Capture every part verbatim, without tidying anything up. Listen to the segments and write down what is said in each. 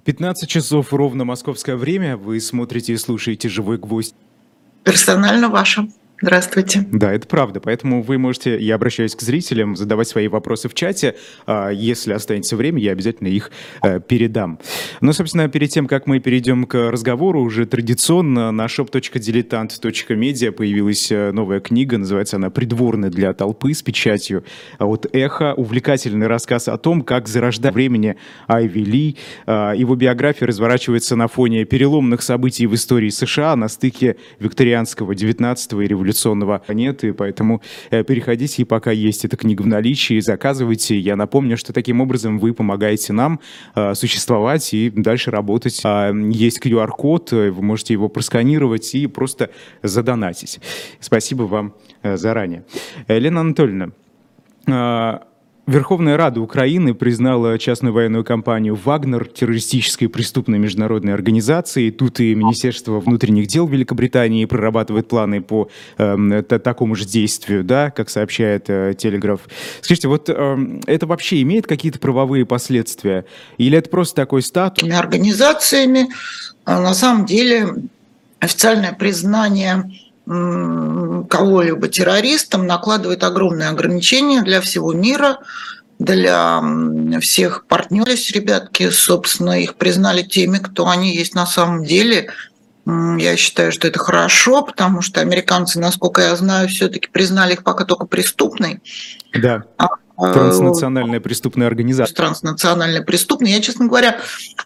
пятнадцать часов ровно московское время. Вы смотрите и слушаете «Живой гвоздь». Персонально ваша. Здравствуйте. Да, это правда. Поэтому вы можете, я обращаюсь к зрителям, задавать свои вопросы в чате. Если останется время, я обязательно их передам. Но, собственно, перед тем, как мы перейдем к разговору, уже традиционно на шоп точка дилетант точка медиа появилась новая книга. Называется она «Придворный для толпы» с печатью от «Эхо». Увлекательный рассказ о том, как зарождать времени Айви Ли. Его биография разворачивается на фоне переломных событий в истории США на стыке викторианского, девятнадцатого и революционного нет, и поэтому э, переходите, и пока есть эта книга в наличии, заказывайте. Я напомню, что таким образом вы помогаете нам э, существовать и дальше работать. Э, есть ку ар код, вы можете его просканировать и просто задонатить. Спасибо вам э, заранее. Елена Анатольевна, э, Верховная Рада Украины признала частную военную компанию «Вагнер» террористической преступной международной организацией. Тут и Министерство внутренних дел Великобритании прорабатывает планы по э, такому же действию, да, как сообщает э, Телеграф. Скажите, вот э, это вообще имеет какие-то правовые последствия? Или это просто такой статус? Организациями на самом деле официальное признание кого-либо террористом накладывает огромные ограничения для всего мира, для всех партнеров. Ребятки, собственно, их признали теми, кто они есть на самом деле. Я считаю, что это хорошо, потому что американцы, насколько я знаю, все-таки признали их пока только преступной. Да, транснациональная преступная организация. Транснациональная преступная. Я, честно говоря,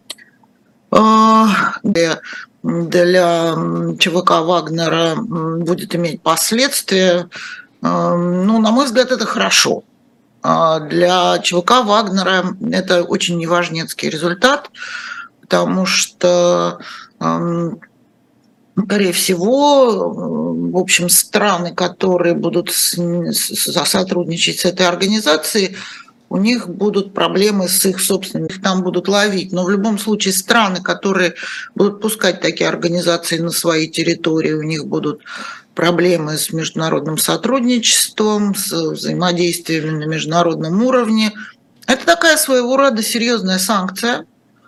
для ЧВК Вагнера будет иметь последствия. Ну, на мой взгляд, это хорошо. Для ЧВК Вагнера это очень неважнецкий результат, потому что, скорее всего, в общем, страны, которые будут сотрудничать с этой организацией, у них будут проблемы с их собственными, их там будут ловить. Но в любом случае страны, которые будут пускать такие организации на свои территории, у них будут проблемы с международным сотрудничеством, с взаимодействием на международном уровне. Это такая своего рода серьезная санкция,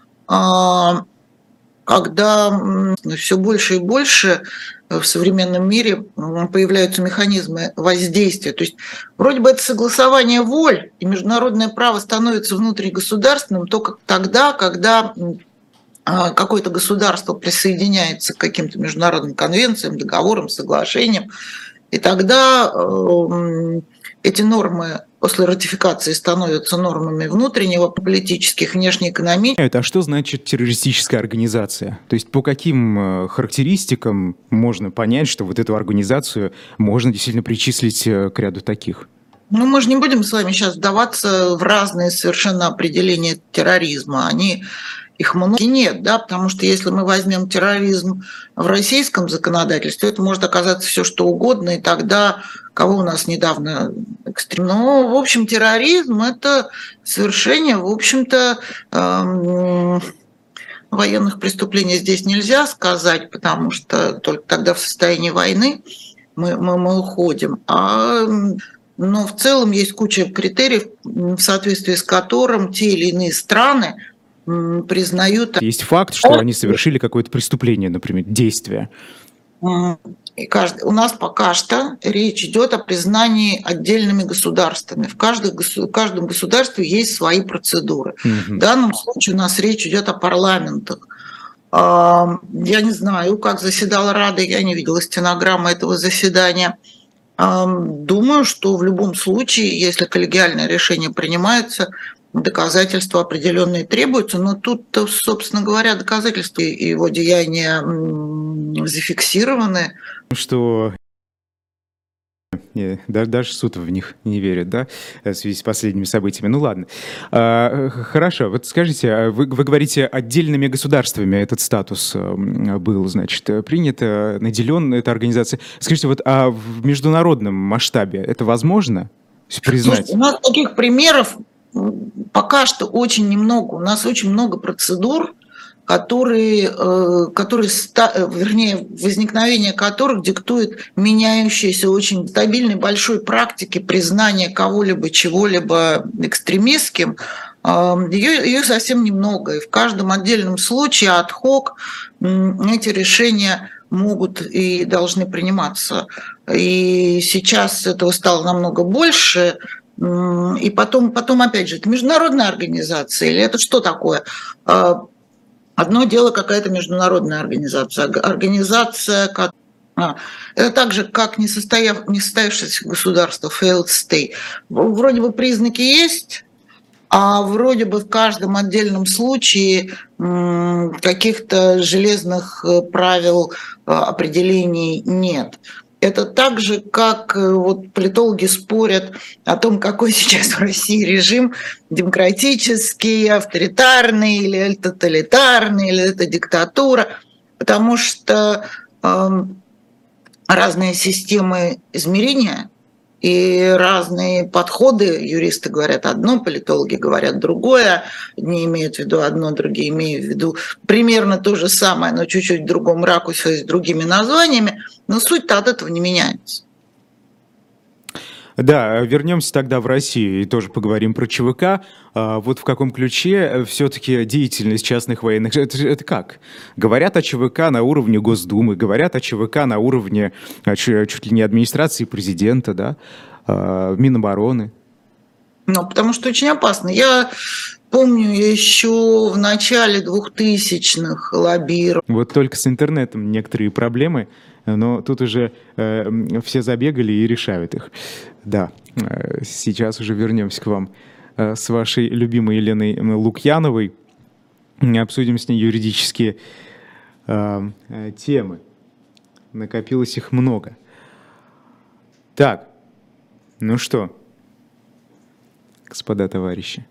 когда все больше и больше в современном мире появляются механизмы воздействия. То есть вроде бы это согласование воль, и международное право становится внутригосударственным только тогда, когда какое-то государство присоединяется к каким-то международным конвенциям, договорам, соглашениям, и тогда эти нормы после ратификации становятся нормами внутреннего, политических, внешнеэкономических. А что значит террористическая организация? То есть по каким характеристикам можно понять, что вот эту организацию можно действительно причислить к ряду таких? Ну, мы же не будем с вами сейчас вдаваться в разные совершенно определения терроризма. Они... Их много нет, да, потому что если мы возьмем терроризм в российском законодательстве, это может оказаться все что угодно, и тогда кого у нас недавно экстрем... Ну, в общем, терроризм – это совершение, в общем-то, эм, военных преступлений здесь нельзя сказать, потому что только тогда в состоянии войны мы, мы, мы уходим. А, но в целом есть куча критериев, в соответствии с которым те или иные страны признают... Есть факт, что они совершили какое-то преступление, например, действие. И каждый, у нас пока что речь идет о признании отдельными государствами. В, каждом, в каждом государстве есть свои процедуры. Mm-hmm. В данном случае у нас речь идет о парламентах. Я не знаю, как заседала Рада, я не видела стенограммы этого заседания. Думаю, что в любом случае, если коллегиальное решение принимается, доказательства определенные требуются, но тут, собственно говоря, доказательства его деяния зафиксированы. Что даже суд в них не верит, да, в связи с последними событиями. Ну ладно. А, хорошо, вот скажите, вы, вы говорите, отдельными государствами этот статус был, значит, принят, наделен эта организация. Скажите, вот а в международном масштабе это возможно признать? Слушайте, у нас таких примеров пока что очень немного. У нас очень много процедур, которые, которые, вернее, возникновение которых диктует меняющиеся очень стабильной большой практики признания кого-либо, чего-либо экстремистским. Ее, ее совсем немного, и в каждом отдельном случае ад-хок эти решения могут и должны приниматься. И сейчас этого стало намного больше. И потом, потом опять же, это международная организация или это что такое? Одно дело какая-то международная организация, организация, это так же, как не, состояв, не состоявшееся государство, failed state. Вроде бы признаки есть, а вроде бы в каждом отдельном случае каких-то железных правил, определений нет. Это так же, как вот политологи спорят о том, какой сейчас в России режим, демократический, авторитарный, или тоталитарный, или это диктатура, потому что э, разные системы измерения и разные подходы, юристы говорят одно, политологи говорят другое, одни имеют в виду одно, другие имеют в виду примерно то же самое, но чуть-чуть в другом ракурсе, с другими названиями, но суть-то от этого не меняется. Да, вернемся тогда в Россию и тоже поговорим про ЧВК. Вот в каком ключе все-таки деятельность частных военных... Это, это как? Говорят о ЧВК на уровне Госдумы, говорят о ЧВК на уровне чуть ли не администрации президента, да, Минобороны. Ну, потому что очень опасно. Я помню еще в начале двухтысячных лоббировал. Вот только с интернетом некоторые проблемы, но тут уже э, все забегали и решают их. Да, э, сейчас уже вернемся к вам э, с вашей любимой Еленой Лукьяновой. Обсудим с ней юридические э, э, темы. Накопилось их много. Так, ну что, господа товарищи.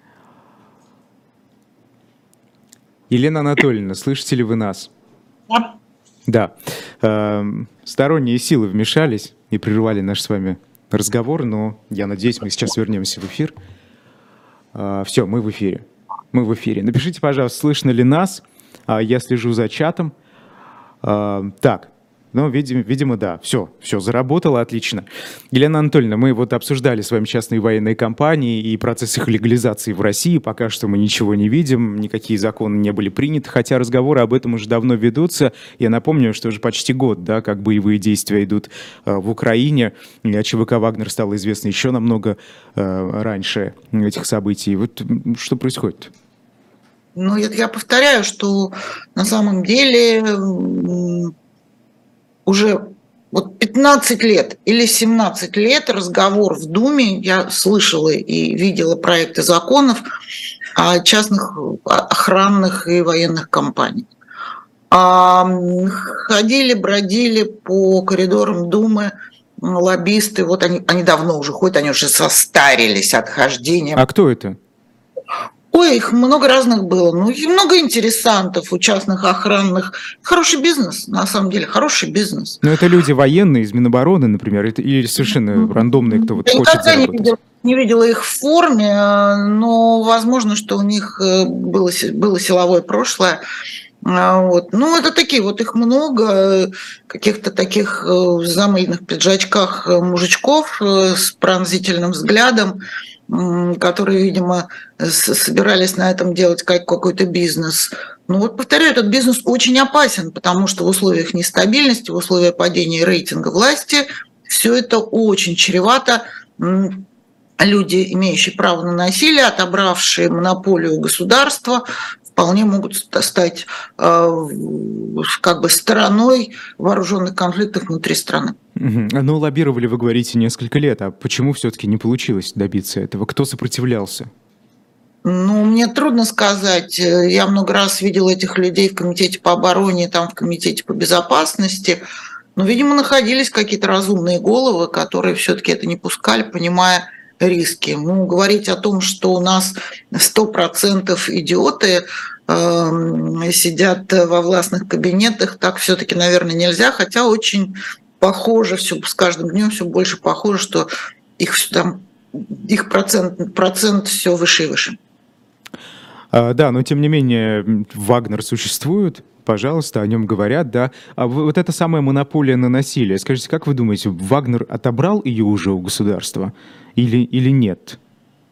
Елена Анатольевна, слышите ли вы нас? Да. Да. Э, сторонние силы вмешались и прервали наш с вами разговор, но я надеюсь, мы сейчас вернемся в эфир. Э, все, мы в эфире. Мы в эфире. Напишите, пожалуйста, слышно ли нас. Э, я слежу за чатом. Э, так. Ну, видимо, видимо, да. Все, все, заработало, отлично. Елена Анатольевна, мы вот обсуждали с вами частные военные компании и процесс их легализации в России. Пока что мы ничего не видим, никакие законы не были приняты, хотя разговоры об этом уже давно ведутся. Я напомню, что уже почти год, да, как боевые действия идут э, в Украине. И ЧВК «Вагнер» стало известно еще намного э, раньше этих событий. Вот что происходит? Ну, это я повторяю, что на самом деле... Уже вот пятнадцать лет или семнадцать лет разговор в Думе, я слышала и видела проекты законов о частных охранных и военных компаниях. Ходили, бродили по коридорам Думы лоббисты, вот они, они давно уже ходят, они уже состарились от хождения. А кто это? Ой, их много разных было. Ну, и много интересантов у частных охранных. Хороший бизнес, на самом деле, хороший бизнес. Ну, это люди военные из Минобороны, например, это, или совершенно mm-hmm. рандомные, кто вот Я хочет никогда заработать? Не видела, не видела их в форме, но возможно, что у них было, было силовое прошлое. Вот. Ну, это такие, вот их много, каких-то таких в замыленных пиджачках мужичков с пронзительным взглядом, которые, видимо, собирались на этом делать какой-то бизнес. Ну вот, повторяю, этот бизнес очень опасен, потому что в условиях нестабильности, в условиях падения рейтинга власти все это очень чревато. Люди, имеющие право на насилие, отобравшие монополию у государства, вполне могут стать э, как бы стороной вооруженных конфликтов внутри страны. Угу. Ну, лоббировали, вы говорите, несколько лет. А почему все-таки не получилось добиться этого? Кто сопротивлялся? Ну, мне трудно сказать. Я много раз видела этих людей в комитете по обороне, там в комитете по безопасности. Но, видимо, находились какие-то разумные головы, которые все-таки это не пускали, понимая риски. Ну, говорить о том, что у нас сто процентов идиоты э, сидят во властных кабинетах, так все-таки, наверное, нельзя, хотя очень похоже, все, с каждым днем все больше похоже, что их, там, их процент, процент все выше и выше. А, да, но тем не менее Вагнер существует, пожалуйста, о нем говорят, да. А вот эта самая монополия на насилие, скажите, как вы думаете, Вагнер отобрал ее уже у государства или, или нет?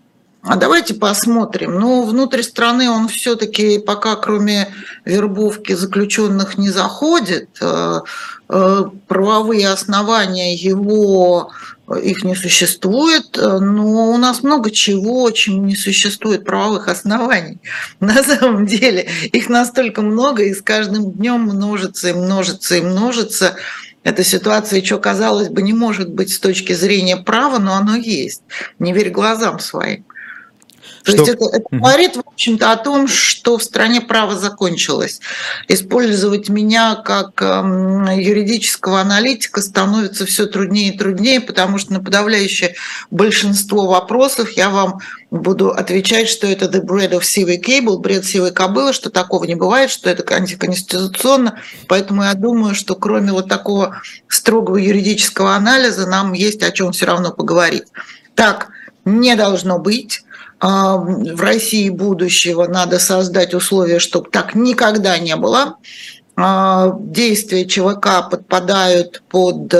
А давайте посмотрим. Ну, внутрь страны он все-таки пока, кроме вербовки заключенных, не заходит. Э, э, Правовые основания его, их не существует, но у нас много чего, чем не существует правовых оснований. На самом деле их настолько много, и с каждым днем множится и множится и множится. Эта ситуация, что, казалось бы, не может быть с точки зрения права, но оно есть. Не верь глазам своим. То Что? есть это, это говорит, в общем-то, о том, что в стране право закончилось. Использовать меня как э, юридического аналитика становится все труднее и труднее, потому что на подавляющее большинство вопросов я вам буду отвечать, что это the bread of sivy cable, бред сивой кобылы, что такого не бывает, что это антиконституционно. Поэтому я думаю, что кроме вот такого строгого юридического анализа нам есть о чем все равно поговорить. Так не должно быть. В России будущего надо создать условия, чтобы так никогда не было. Действия ЧВК подпадают под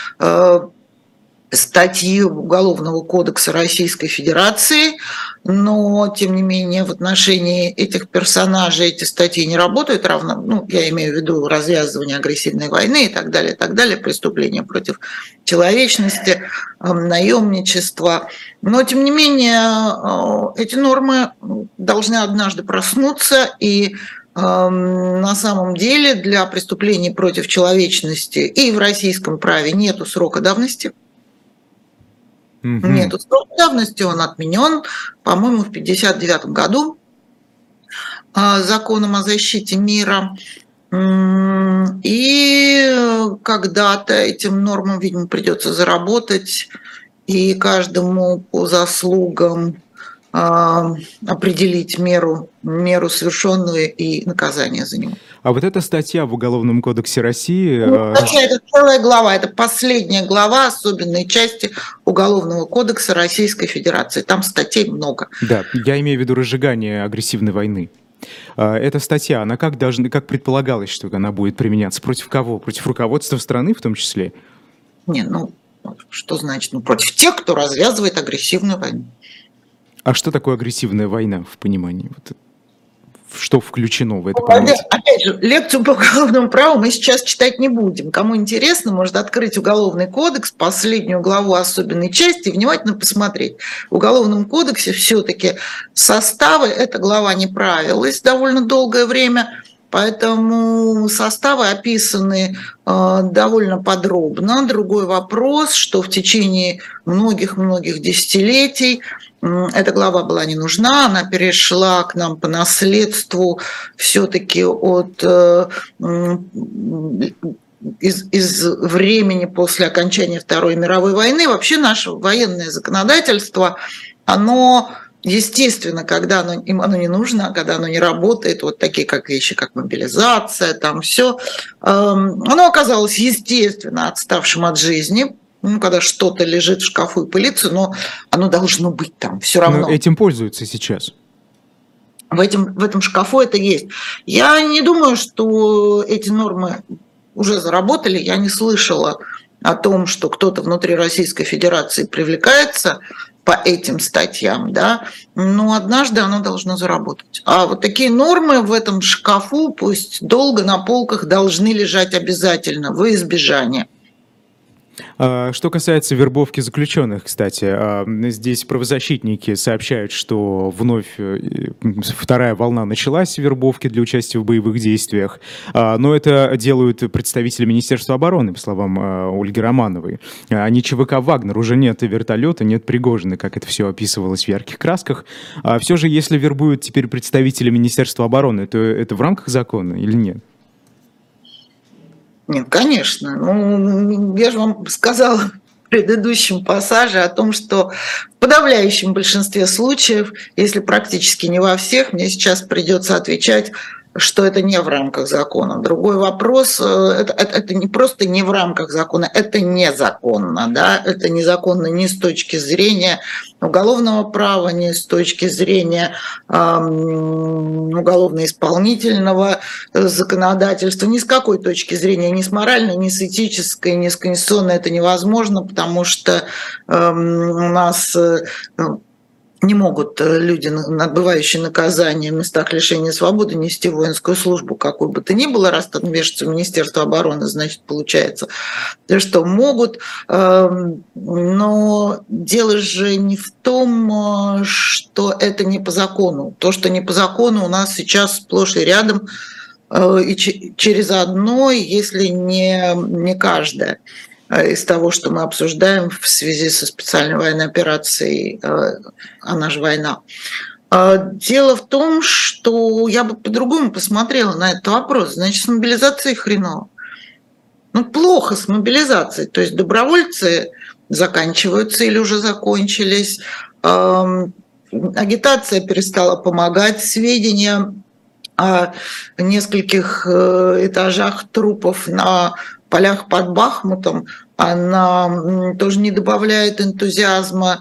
статьи Уголовного кодекса Российской Федерации, но, тем не менее, в отношении этих персонажей эти статьи не работают, равно, ну, я имею в виду развязывание агрессивной войны и так далее, и так далее, преступления против человечности, наемничество. Но, тем не менее, эти нормы должны однажды проснуться, и на самом деле для преступлений против человечности и в российском праве нету срока давности. Mm-hmm. Нету срока давности, он отменен, по-моему, в пятьдесят девятом году законом о защите мира. И когда-то этим нормам, видимо, придется заработать, и каждому по заслугам определить меру, меру совершенного и наказание за него. А вот эта статья в Уголовном кодексе России... Ну, статья, это целая глава, это последняя глава особенной части Уголовного кодекса Российской Федерации. Там статей много. Да, я имею в виду разжигание агрессивной войны. Эта статья, она как, должна, как предполагалось, что она будет применяться? Против кого? Против руководства страны в том числе? Не, ну, что значит? Ну, против тех, кто развязывает агрессивную войну. А что такое агрессивная война в понимании? Вот, что включено в это понятие? Опять же, лекцию по уголовному праву мы сейчас читать не будем. Кому интересно, может открыть Уголовный кодекс, последнюю главу особенной части, и внимательно посмотреть. В Уголовном кодексе все-таки составы, эта глава не правилась довольно долгое время, поэтому составы описаны э, довольно подробно. Другой вопрос, что в течение многих-многих десятилетий эта глава была не нужна, она перешла к нам по наследству все-таки от э, из, из времени после окончания Второй мировой войны. Вообще наше военное законодательство, оно, естественно, когда оно, им оно не нужно, когда оно не работает, вот такие как вещи, как мобилизация, там все, э, оно оказалось, естественно, отставшим от жизни. Ну, когда что-то лежит в шкафу и пылится, но оно должно быть там все равно. Но этим пользуются сейчас. В, этом, в этом шкафу это есть. Я не думаю, что эти нормы уже заработали. Я не слышала о том, что кто-то внутри Российской Федерации привлекается по этим статьям, да, но однажды оно должно заработать. А вот такие нормы в этом шкафу, пусть долго на полках, должны лежать обязательно во избежание. Что касается вербовки заключенных, кстати, здесь правозащитники сообщают, что вновь вторая волна началась вербовки для участия в боевых действиях, но это делают представители Министерства обороны, по словам Ольги Романовой. А не ЧВК «Вагнер», уже нет вертолета, нет Пригожина, как это все описывалось в ярких красках. А все же, если вербуют теперь представители Министерства обороны, то это в рамках закона или нет? Нет, конечно. Ну, я же вам сказала в предыдущем пассаже о том, что в подавляющем большинстве случаев, если практически не во всех, мне сейчас придется отвечать, что это не в рамках закона. Другой вопрос, это, это, это не просто не в рамках закона, это незаконно. Да? Это незаконно ни с точки зрения уголовного права, ни с точки зрения э, уголовно-исполнительного законодательства, ни с какой точки зрения, ни с моральной, ни с этической, ни с конституционной это невозможно, потому что э, у нас... Э, не могут люди, отбывающие наказание в местах лишения свободы, нести воинскую службу, какой бы то ни было, раз там вешается Министерство обороны, значит, получается, что могут. Но дело же не в том, что это не по закону. То, что не по закону, у нас сейчас сплошь и рядом, и через одно, если не, не каждое из того, что мы обсуждаем в связи со специальной военной операцией, она же война. Дело в том, что я бы по-другому посмотрела на этот вопрос. Значит, с мобилизацией хреново. Ну, плохо с мобилизацией. То есть добровольцы заканчиваются или уже закончились. Агитация перестала помогать. Сведения о нескольких этажах трупов на полях под Бахмутом, она тоже не добавляет энтузиазма.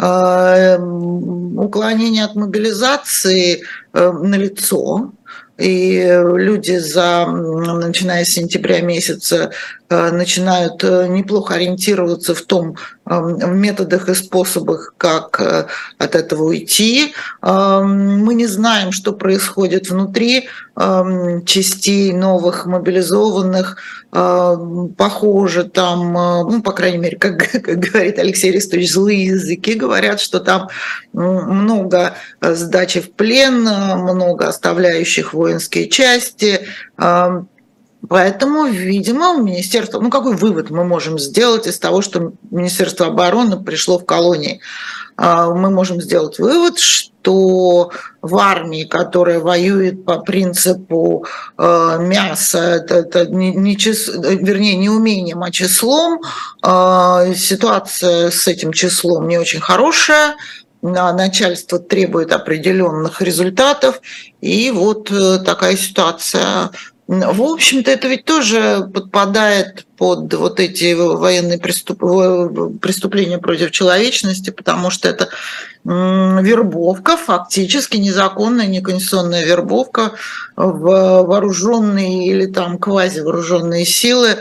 Уклонение от мобилизации налицо. И люди, за, начиная с сентября месяца, начинают неплохо ориентироваться в том, в методах и способах, как от этого уйти. Мы не знаем, что происходит внутри частей новых мобилизованных. Похоже, там, ну, по крайней мере, как, как говорит Алексей Арестович, злые языки говорят, что там много сдачи в плен, много оставляющих воинские части. Поэтому, видимо, Министерство... Ну, какой вывод мы можем сделать из того, что Министерство обороны пришло в колонии? Мы можем сделать вывод, что в армии, которая воюет по принципу э, мяса, это, это не, не чис... вернее, не умением, а числом, э, ситуация с этим числом не очень хорошая, начальство требует определенных результатов, и вот э, такая ситуация. В общем-то, это ведь тоже подпадает под вот эти военные преступ... преступления против человечности, потому что это вербовка, фактически незаконная, неконституционная вербовка в вооруженные или там квазивооруженные силы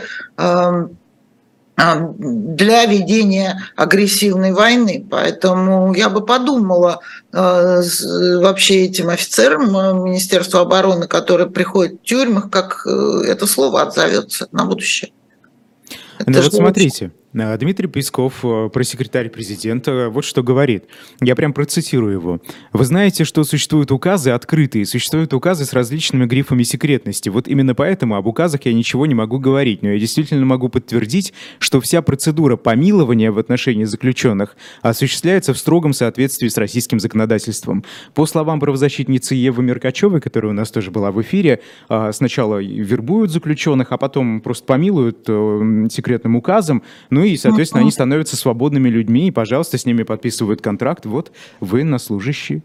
для ведения агрессивной войны. Поэтому я бы подумала э, вообще этим офицерам Министерства обороны, которые приходят в тюрьмах, как э, это слово отзовется на будущее. Это ну вот смотрите, Дмитрий Песков, пресс-секретарь президента, вот что говорит. Я прям процитирую его. «Вы знаете, что существуют указы открытые, существуют указы с различными грифами секретности. Вот именно поэтому об указах я ничего не могу говорить. Но я действительно могу подтвердить, что вся процедура помилования в отношении заключенных осуществляется в строгом соответствии с российским законодательством». По словам правозащитницы Евы Меркачевой, которая у нас тоже была в эфире, сначала вербуют заключенных, а потом просто помилуют секретным указом. Ну и, соответственно, они становятся свободными людьми, и, пожалуйста, с ними подписывают контракт. Вот, военнослужащие.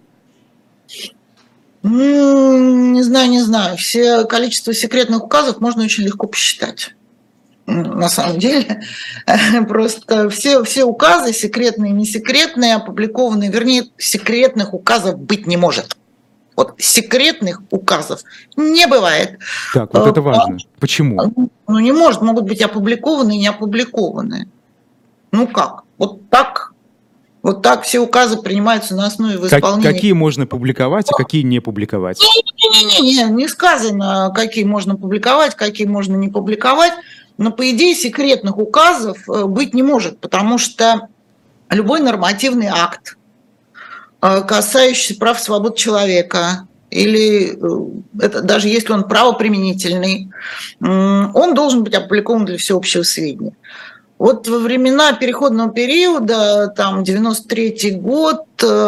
Не знаю, не знаю. Все количество секретных указов можно очень легко посчитать. На самом деле. Просто все, все указы, секретные и несекретные, опубликованные, вернее, секретных указов быть не может. Вот секретных указов не бывает. Так, вот это важно. Почему? Ну, не может, могут быть опубликованные и не опубликованные. Ну как? Вот так, вот так все указы принимаются на основе в исполнении. Как, какие можно публиковать, а какие не публиковать? Не-не-не, не сказано, какие можно публиковать, какие можно не публиковать. Но, по идее, секретных указов быть не может, потому что любой нормативный акт, касающийся прав и свобод человека, или это, даже если он правоприменительный, он должен быть опубликован для всеобщего сведения. Вот во времена переходного периода, там девяносто третий год,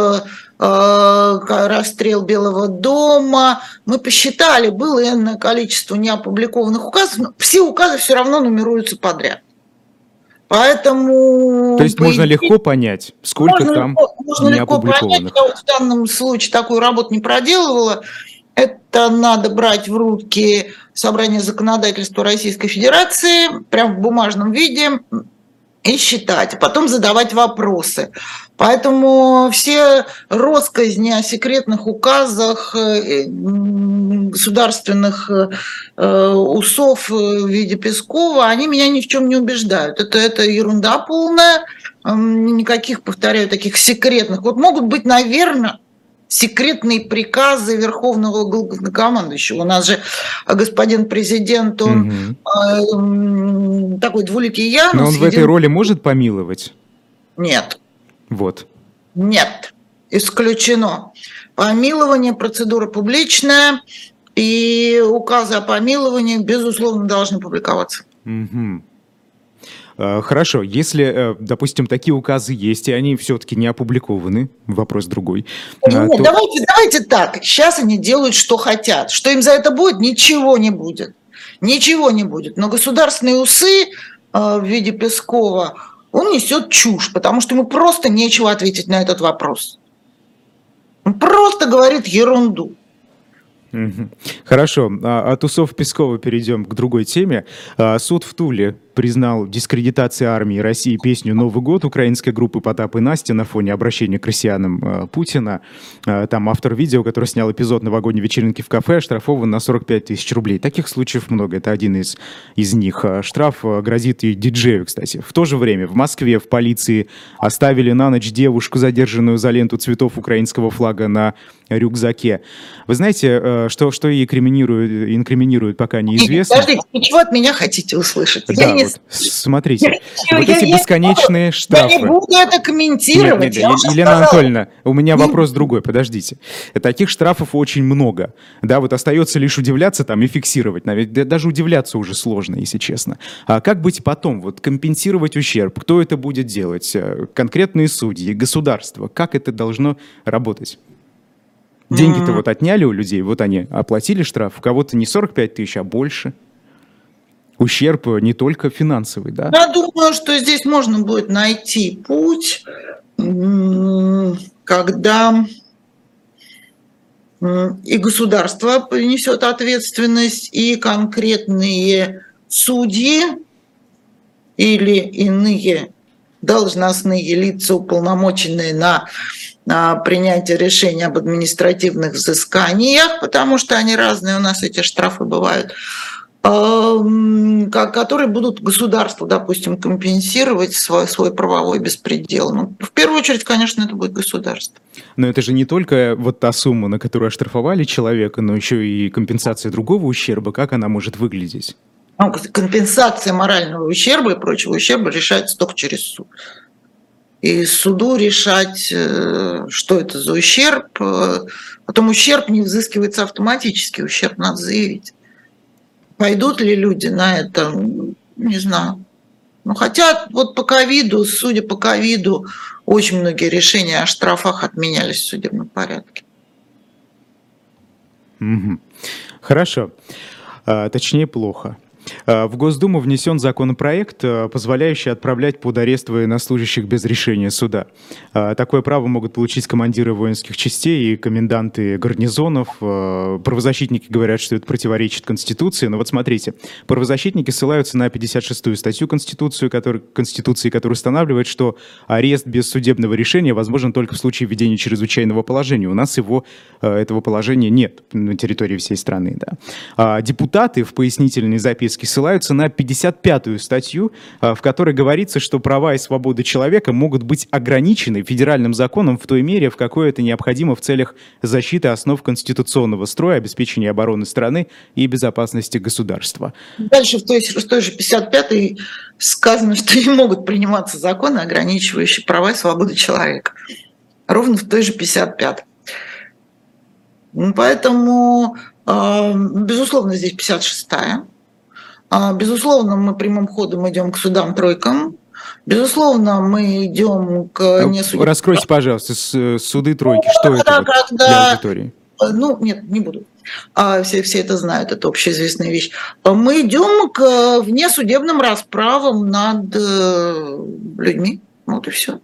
расстрел Белого дома, мы посчитали, было энное количество неопубликованных указов, но все указы все равно нумеруются подряд. Поэтому... То есть можно идее, легко понять, сколько можно там легко, можно не легко опубликованных. Понять. Я вот в данном случае такую работу не проделывала. Это надо брать в руки собрание законодательства Российской Федерации, прямо в бумажном виде, и считать, а потом задавать вопросы. Поэтому все россказни о секретных указах государственных усов в виде Пескова, они меня ни в чем не убеждают. Это, это ерунда полная. никаких, повторяю, таких секретных. Вот могут быть, наверное, секретные приказы Верховного Главнокомандующего. У нас же господин президент, он угу. такой двуликий Янус. Но он в этой роли может помиловать? Нет. Вот. Нет. Исключено. Помилование, процедура публичная, и указы о помиловании, безусловно, должны публиковаться. Угу. Хорошо, если, допустим, такие указы есть, и они все-таки не опубликованы, вопрос другой. Нет, то... давайте, давайте так, сейчас они делают, что хотят. Что им за это будет? Ничего не будет. Ничего не будет. Но государственные усы в виде Пескова, он несет чушь, потому что ему просто нечего ответить на этот вопрос. Он просто говорит ерунду. Хорошо, от усов Пескова перейдем к другой теме. Суд в Туле признал дискредитацией армии России песню «Новый год» украинской группы «Потап и Настя» на фоне обращения к россиянам Путина. Там автор видео, который снял эпизод новогодней вечеринки в кафе, оштрафован на сорок пять тысяч рублей. Таких случаев много, это один из, из них. Штраф грозит и диджею, кстати. В то же время в Москве в полиции оставили на ночь девушку, задержанную за ленту цветов украинского флага на рюкзаке. Вы знаете, что, что ей инкриминируют, инкриминируют, пока неизвестно. Подождите, ничего от меня хотите услышать? Да, я не... вот, смотрите, я, вот я, эти я, бесконечные я, штрафы. Я не буду это комментировать. Нет, нет, нет, Елена сказала... Анатольевна, у меня вопрос другой, подождите. Таких штрафов очень много. Да, вот остается лишь удивляться там и фиксировать. Даже удивляться уже сложно, если честно. А как быть потом? Вот компенсировать ущерб? Кто это будет делать? Конкретные судьи, государство? Как это должно работать? Деньги-то mm. вот отняли у людей, вот они оплатили штраф, у кого-то не сорок пять тысяч, а больше. Ущерб не только финансовый, да? Я думаю, что здесь можно будет найти путь, когда и государство понесет ответственность, и конкретные судьи или иные должностные лица, уполномоченные на на принятие решения об административных взысканиях, потому что они разные, у нас эти штрафы бывают, которые будут государству, допустим, компенсировать свой, свой правовой беспредел. Ну, в первую очередь, конечно, это будет государство. Но это же не только вот та сумма, на которую оштрафовали человека, но еще и компенсация другого ущерба. Как она может выглядеть? Ну, компенсация морального ущерба и прочего ущерба решается только через суд. И суду решать, что это за ущерб. Потом ущерб не взыскивается автоматически, ущерб надо заявить. Пойдут ли люди на это, не знаю. Ну, хотя вот по ковиду, судя по ковиду, очень многие решения о штрафах отменялись в судебном порядке. Угу. Хорошо. А, точнее, плохо. В Госдуму внесен законопроект, позволяющий отправлять под арест военнослужащих без решения суда. Такое право могут получить командиры воинских частей и коменданты гарнизонов. Правозащитники говорят, что это противоречит Конституции. Но вот смотрите, правозащитники ссылаются на пятьдесят шестую статью Конституции, который, Конституции, которая устанавливает, что арест без судебного решения возможен только в случае введения чрезвычайного положения. У нас его, этого положения нет на территории всей страны. Да. А депутаты в пояснительной записке ссылаются на пятьдесят пятую статью, в которой говорится, что права и свободы человека могут быть ограничены федеральным законом в той мере, в какой это необходимо в целях защиты основ конституционного строя, обеспечения обороны страны и безопасности государства. Дальше в той, в той же пятьдесят пятой сказано, что не могут приниматься законы, ограничивающие права и свободы человека. Ровно в той же пятьдесят пятой. Поэтому, безусловно, здесь пятьдесят шестая. Безусловно, мы прямым ходом идем к судам-тройкам. Безусловно, мы идем к несудебным... Раскройте, пожалуйста, суды-тройки. Что ну, это вот когда... для аудитории? Ну, нет, не буду. Все, все это знают, это общеизвестная вещь. Мы идем к внесудебным расправам над людьми. Вот и все.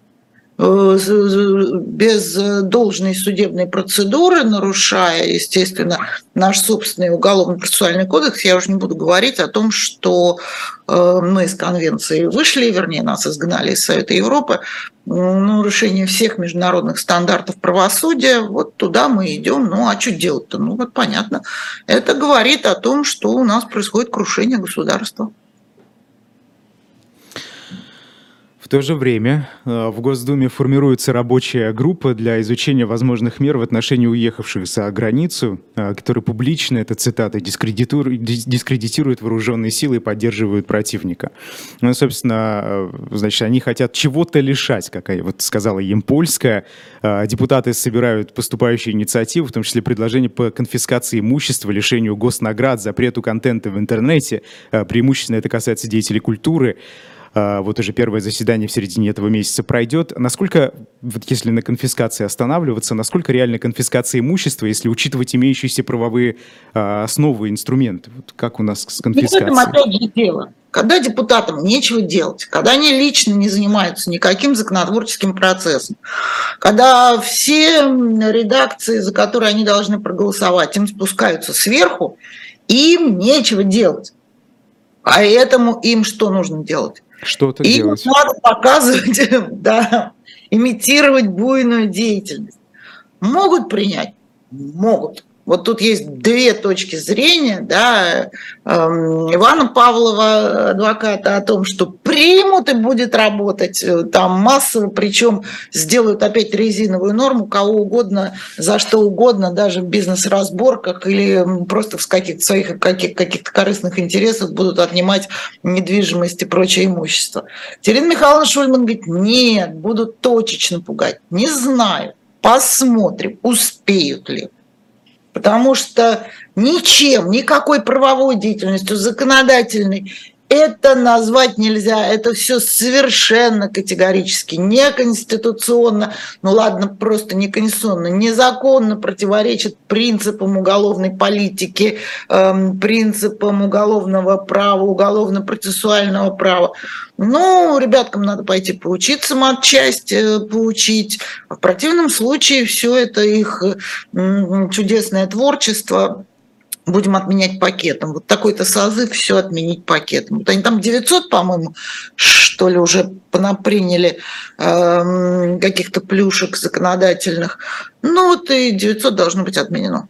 Без должной судебной процедуры, нарушая, естественно, наш собственный уголовно-процессуальный кодекс, я уже не буду говорить о том, что мы из конвенции вышли, вернее, нас изгнали из Совета Европы, нарушение всех международных стандартов правосудия, вот туда мы идем. Ну, а что делать-то? Ну, вот понятно. Это говорит о том, что у нас происходит крушение государства. то же время э, в Госдуме формируется рабочая группа для изучения возможных мер в отношении уехавших за границу, э, которые публично, это цитата, дискредитируют, дискредитируют вооруженные силы и поддерживают противника. Ну, собственно, э, значит, они хотят чего-то лишать, как вот сказала Емпольская. Э, депутаты собирают поступающие инициативы, в том числе предложения по конфискации имущества, лишению госнаград, запрету контента в интернете. Э, преимущественно это касается деятелей культуры. Вот уже первое заседание в середине этого месяца пройдет. Насколько, вот если на конфискации останавливаться, насколько реальна конфискация имущества, если учитывать имеющиеся правовые а, основы и инструменты? Вот как у нас с конфискацией? В этом опять же дело. Когда депутатам нечего делать, когда они лично не занимаются никаким законотворческим процессом, когда все редакции, за которые они должны проголосовать, им спускаются сверху, им нечего делать. Поэтому им что нужно делать? Что-то им делать. Надо показывать, да, имитировать буйную деятельность. Могут принять? Могут. Вот тут есть две точки зрения, да, Ивана Павлова, адвоката, о том, что примут и будет работать там массово, причем сделают опять резиновую норму, кого угодно, за что угодно, даже в бизнес-разборках или просто в каких-то своих каких- каких-то корыстных интересах будут отнимать недвижимость и прочее имущество. Терина Михайловна Шульман говорит, нет, будут точечно пугать. Не знаю, посмотрим, успеют ли. Потому что ничем, никакой правовой деятельностью, законодательной, это назвать нельзя. Это все совершенно категорически неконституционно. Ну ладно, просто неконституционно. Незаконно противоречит принципам уголовной политики, эм, принципам уголовного права, уголовно-процессуального права. Ну, ребяткам надо пойти поучиться, матчасть поучить. В противном случае все это их чудесное творчество будем отменять пакетом. Вот такой-то созыв, все отменить пакетом. Вот они там девятьсот, по-моему, что ли, уже понаприняли э, каких-то плюшек законодательных. Ну вот и девятьсот должно быть отменено.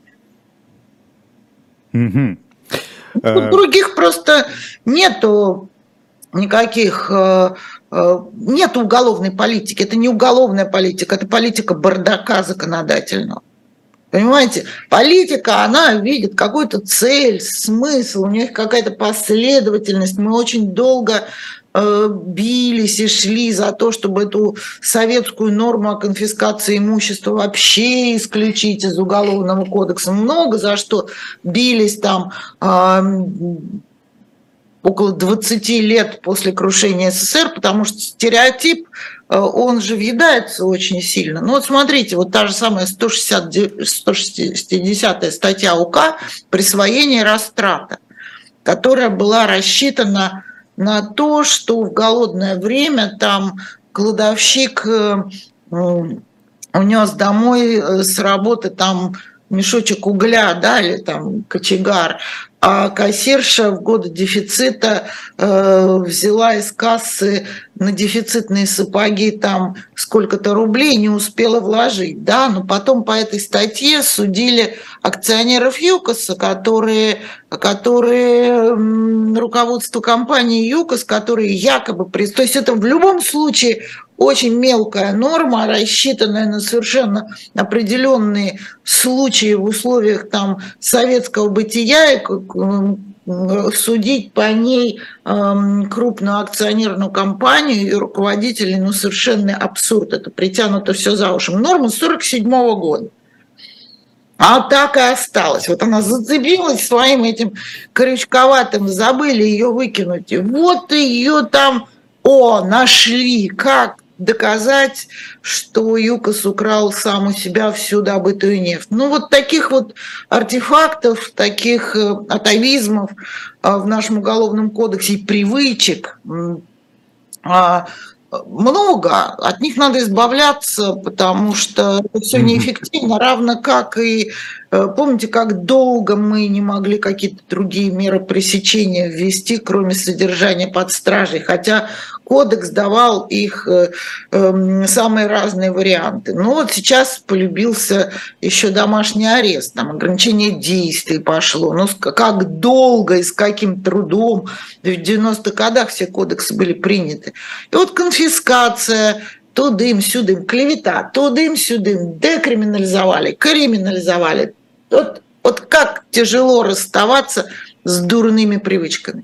Mm-hmm. Uh... Других просто нету никаких... Э, нет уголовной политики. Это не уголовная политика, это политика бардака законодательного. Понимаете, политика, она видит какую-то цель, смысл, у нее какая-то последовательность. Мы очень долго э, бились и шли за то, чтобы эту советскую норму о конфискации имущества вообще исключить из Уголовного кодекса. Много за что бились там э, около двадцати лет после крушения СССР, потому что стереотип, он же въедается очень сильно. Ну вот смотрите, вот та же самая сто шестидесятая статья УК «Присвоение растрата», которая была рассчитана на то, что в голодное время там кладовщик унес домой с работы там мешочек угля, да, или там кочегар, а кассирша в годы дефицита э, взяла из кассы на дефицитные сапоги там сколько-то рублей, не успела вложить, да, но потом по этой статье судили акционеров ЮКОСа, которые, которые руководство компании ЮКОС, которые якобы... То есть это в любом случае очень мелкая норма, рассчитанная на совершенно определенные случаи в условиях там советского бытия, и судить по ней э, крупную акционерную компанию и руководителей, ну, совершенно абсурд. Это притянуто все за уши. Норма сорок седьмого года. А так и осталась. Вот она зацепилась своим этим крючковатым, забыли ее выкинуть. И вот ее там, о, нашли, как доказать, что ЮКОС украл сам у себя всю добытую нефть. Ну вот таких вот артефактов, таких атовизмов в нашем уголовном кодексе и привычек много, от них надо избавляться, потому что это все неэффективно, равно как и, помните, как долго мы не могли какие-то другие меры пресечения ввести, кроме содержания под стражей, хотя кодекс давал их э, э, самые разные варианты. Ну вот сейчас полюбился еще домашний арест, там ограничение действий пошло. Ну как долго и с каким трудом. В девяностых годах все кодексы были приняты. И вот конфискация, тудым-сюдым, клевета, тудым-сюдым, декриминализовали, криминализовали. Вот, вот как тяжело расставаться с дурными привычками.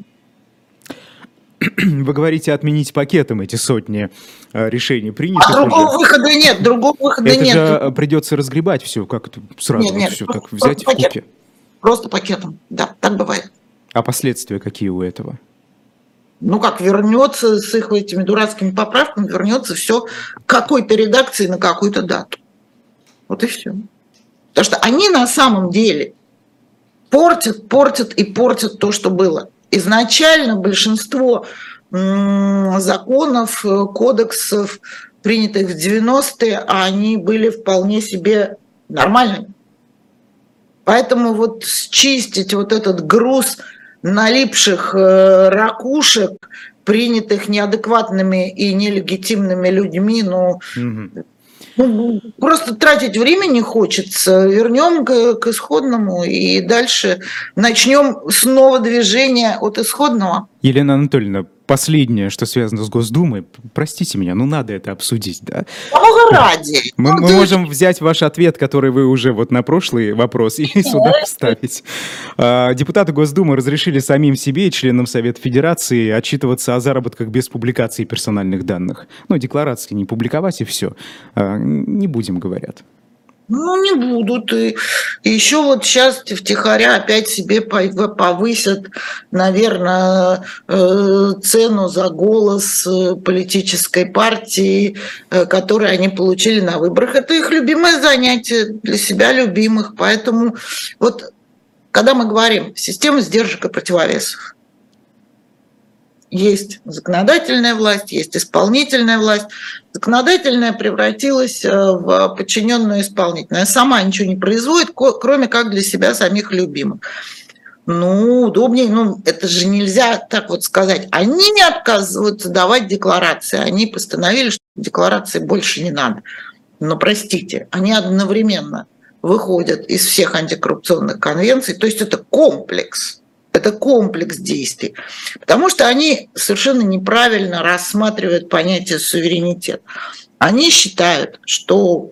Вы говорите отменить пакетом эти сотни э, решений принятых. А другого уже. выхода нет, другого выхода это нет. Это же придется разгребать все, как это сразу нет, нет, все, просто, как взять просто в купе. Просто пакетом, да, так бывает. А последствия какие у этого? Ну как, вернется с их этими дурацкими поправками, вернется все какой-то редакции на какую-то дату. Вот и все. Потому что они на самом деле портят, портят и портят то, что было. Изначально большинство м- законов, кодексов, принятых в девяностые, они были вполне себе нормальными. Поэтому вот счистить вот этот груз налипших э, ракушек, принятых неадекватными и нелегитимными людьми, ну, mm-hmm. ну просто тратить время не хочется. Вернем к, к исходному и дальше начнем снова движение от исходного. Елена Анатольевна, последнее, что связано с Госдумой, простите меня, ну надо это обсудить, да? Бога ради. Мы, ну, мы ты... можем взять ваш ответ, который вы уже вот на прошлый вопрос, и сюда вставить. Депутаты Госдумы разрешили самим себе и членам Совета Федерации отчитываться о заработках без публикации персональных данных. Ну, декларации не публиковать и все. Не будем, говорят. Ну, не будут. И, и еще вот сейчас втихаря опять себе повысят, наверное, цену за голос политической партии, которую они получили на выборах. Это их любимое занятие, для себя любимых. Поэтому вот когда мы говорим система сдержек и противовесов, есть законодательная власть, есть исполнительная власть. Законодательная превратилась в подчиненную исполнительную. Она сама ничего не производит, кроме как для себя самих любимых. Ну, удобнее, ну, это же нельзя так вот сказать. Они не отказываются давать декларации. Они постановили, что декларации больше не надо. Но, простите, они одновременно выходят из всех антикоррупционных конвенций. То есть это комплекс. Это комплекс действий, потому что они совершенно неправильно рассматривают понятие суверенитет. Они считают, что,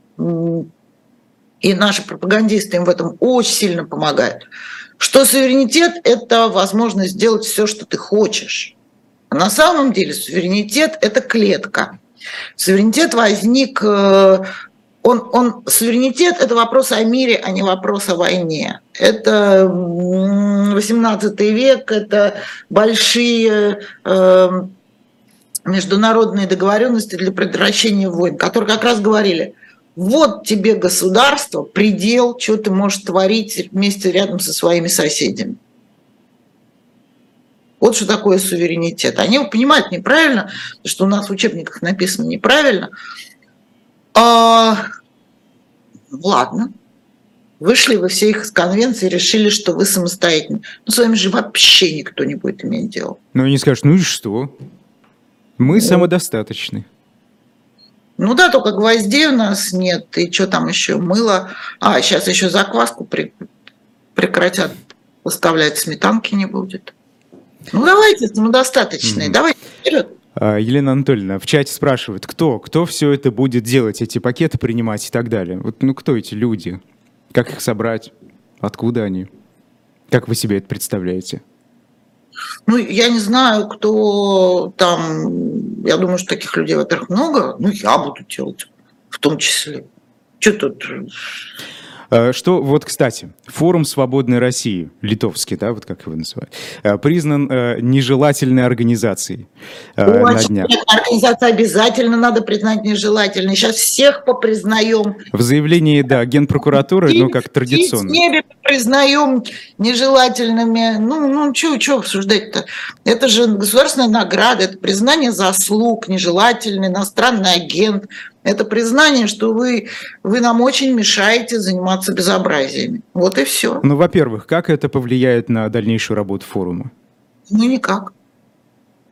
и наши пропагандисты им в этом очень сильно помогают, что суверенитет – это возможность сделать все, что ты хочешь. А на самом деле суверенитет – это клетка. Суверенитет возник… Он, он, суверенитет – это вопрос о мире, а не вопрос о войне. Это восемнадцатый век, это большие э, международные договоренности для предотвращения войн, которые как раз говорили, вот тебе государство, предел, что ты можешь творить вместе рядом со своими соседями. Вот что такое суверенитет. Они его понимают неправильно, потому что у нас в учебниках написано неправильно. А, ладно, вышли вы все их из конвенции, решили, что вы самостоятельны. Ну, с вами же вообще никто не будет иметь дело. Ну, они скажут, ну и что? Мы ну, самодостаточны. Ну да, только гвоздей у нас нет, и что там еще, мыло. А, сейчас еще закваску при, прекратят поставлять, сметанки не будет. Ну давайте, самодостаточные, mm-hmm. давайте вперед. Елена Анатольевна, в чате спрашивают, кто? Кто все это будет делать, эти пакеты принимать и так далее? Вот, ну, кто эти люди? Как их собрать? Откуда они? Как вы себе это представляете? Ну, я не знаю, кто там... Я думаю, что таких людей, во-первых, много. Ну, я буду делать в том числе. Что тут... Что, вот, кстати, форум «Свободной России», литовский, да, вот как его называют, признан э, нежелательной организацией э, на днях. Организация обязательно надо признать нежелательной. Сейчас всех попризнаем. В заявлении, да, Генпрокуратуры, ну, как традиционно. В небе признаем нежелательными. Ну, ну что обсуждать-то? Это же государственная награда, это признание заслуг, нежелательный иностранный агент. Это признание, что вы, вы нам очень мешаете заниматься безобразиями. Вот и все. Ну, во-первых, как это повлияет на дальнейшую работу форума? Ну, никак.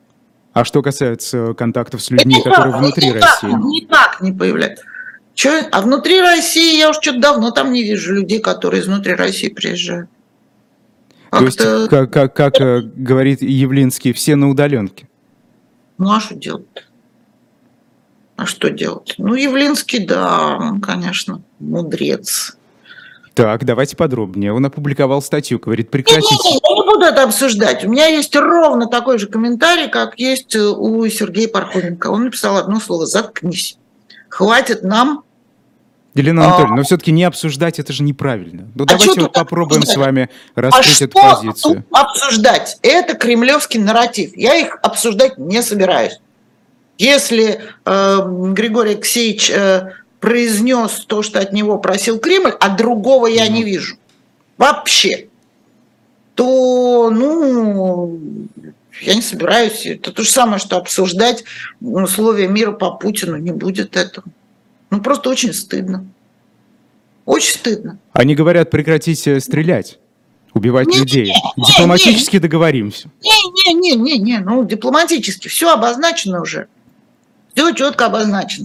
А что касается контактов с людьми, никак, которые внутри никак, России? Никак не появляется. Че? А внутри России я уж что-то давно там не вижу людей, которые изнутри России приезжают. То есть, Как-то... как, как, как э, говорит Явлинский, все на удаленке. Ну, а что делать? А что делать? Ну, Явлинский, да, он, конечно, мудрец. Так, давайте подробнее. Он опубликовал статью, говорит, прекратить... Не, не, не, я не буду это обсуждать. У меня есть ровно такой же комментарий, как есть у Сергея Пархоменко. Он написал одно слово: заткнись. Хватит нам... Елена Анатольевна, а... но все-таки не обсуждать, это же неправильно. Ну, а давайте вот попробуем обсуждать? с вами раскрыть а эту позицию. Тут обсуждать? Это кремлевский нарратив. Я их обсуждать не собираюсь. Если э, Григорий Алексеевич э, произнес то, что от него просил Кремль, а другого я mm. не вижу вообще, то, ну, я не собираюсь. Это то же самое, что обсуждать условия мира по Путину. Не будет этого. Ну, просто очень стыдно. Очень стыдно. Они говорят прекратить стрелять, убивать не, людей. Не, дипломатически не, договоримся. Не-не-не-не-не, ну, дипломатически. Все обозначено уже. Все четко обозначено.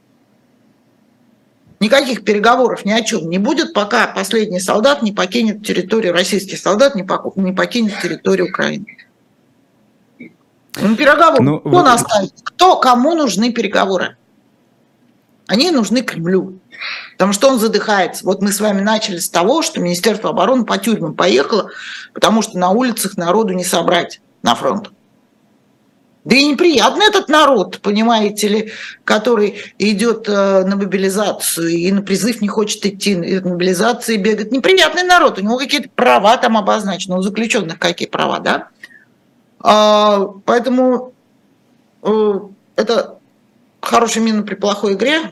Никаких переговоров ни о чем не будет, пока последний солдат не покинет территорию, российский солдат не покинет территорию Украины. Ну, переговоры. Ну, кто вы... наставит? Кто, кому нужны переговоры? Они нужны Кремлю. Потому что он задыхается. Вот мы с вами начали с того, что Министерство обороны по тюрьмам поехало, потому что на улицах народу не собрать на фронт. Да и неприятно этот народ, понимаете ли, который идет на мобилизацию и на призыв не хочет идти, и на мобилизации бегает. Неприятный народ, у него какие-то права там обозначены, у заключенных какие права, да? А, поэтому э, это хорошая мина при плохой игре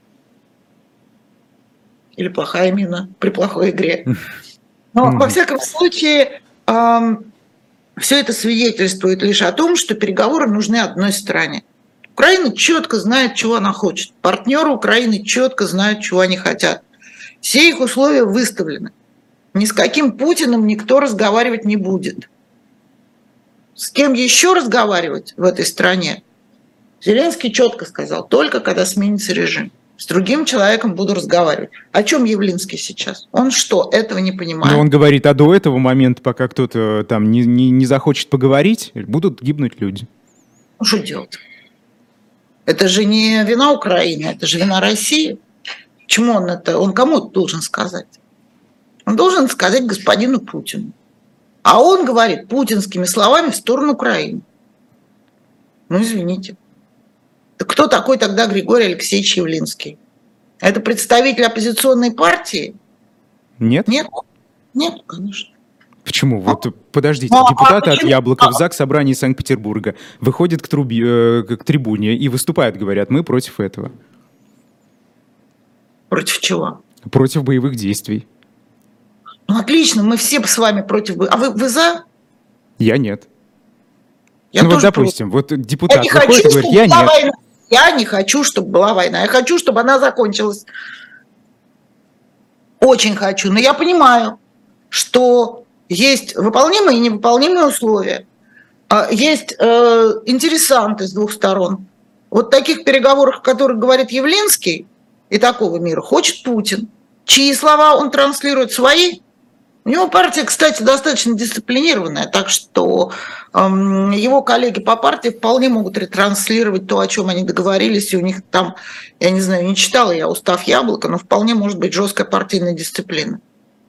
или плохая мина при плохой игре. Но, во всяком случае... Э, Все это свидетельствует лишь о том, что переговоры нужны одной стороне. Украина четко знает, чего она хочет. Партнеры Украины четко знают, чего они хотят. Все их условия выставлены. Ни с каким Путиным никто разговаривать не будет. С кем еще разговаривать в этой стране? Зеленский четко сказал: только когда сменится режим. С другим человеком буду разговаривать. О чем Явлинский сейчас? Он что, этого не понимает? Но он говорит, а до этого момента, пока кто-то там не, не, не захочет поговорить, будут гибнуть люди. Ну, что делать? Это же не вина Украины, это же вина России. Почему он это? Он кому это должен сказать? Он должен сказать господину Путину. А он говорит путинскими словами в сторону Украины. Ну, извините. Кто такой тогда Григорий Алексеевич Явлинский? Это представитель оппозиционной партии? Нет. Нет, нет, конечно. Почему? А? Вот подождите, а, депутаты а от Яблока в ЗАГС Собрании Санкт-Петербурга выходят к, труби, э, к трибуне и выступают, говорят, мы против этого. Против чего? Против боевых действий. Ну, отлично, мы все с вами против боевых. А вы, вы за? Я нет. Я ну вот, допустим, против. Вот депутат я выходит и говорит, я нет. Война. Я не хочу, чтобы была война. Я хочу, чтобы она закончилась. Очень хочу. Но я понимаю, что есть выполнимые и невыполнимые условия. Есть э, интересанты с двух сторон. Вот таких переговоров, о которых говорит Явлинский, и такого мира хочет Путин. Чьи слова он транслирует? Свои? У него партия, кстати, достаточно дисциплинированная, так что эм, его коллеги по партии вполне могут ретранслировать то, о чем они договорились, и у них там, я не знаю, не читала я устав Яблока, но вполне может быть жесткая партийная дисциплина.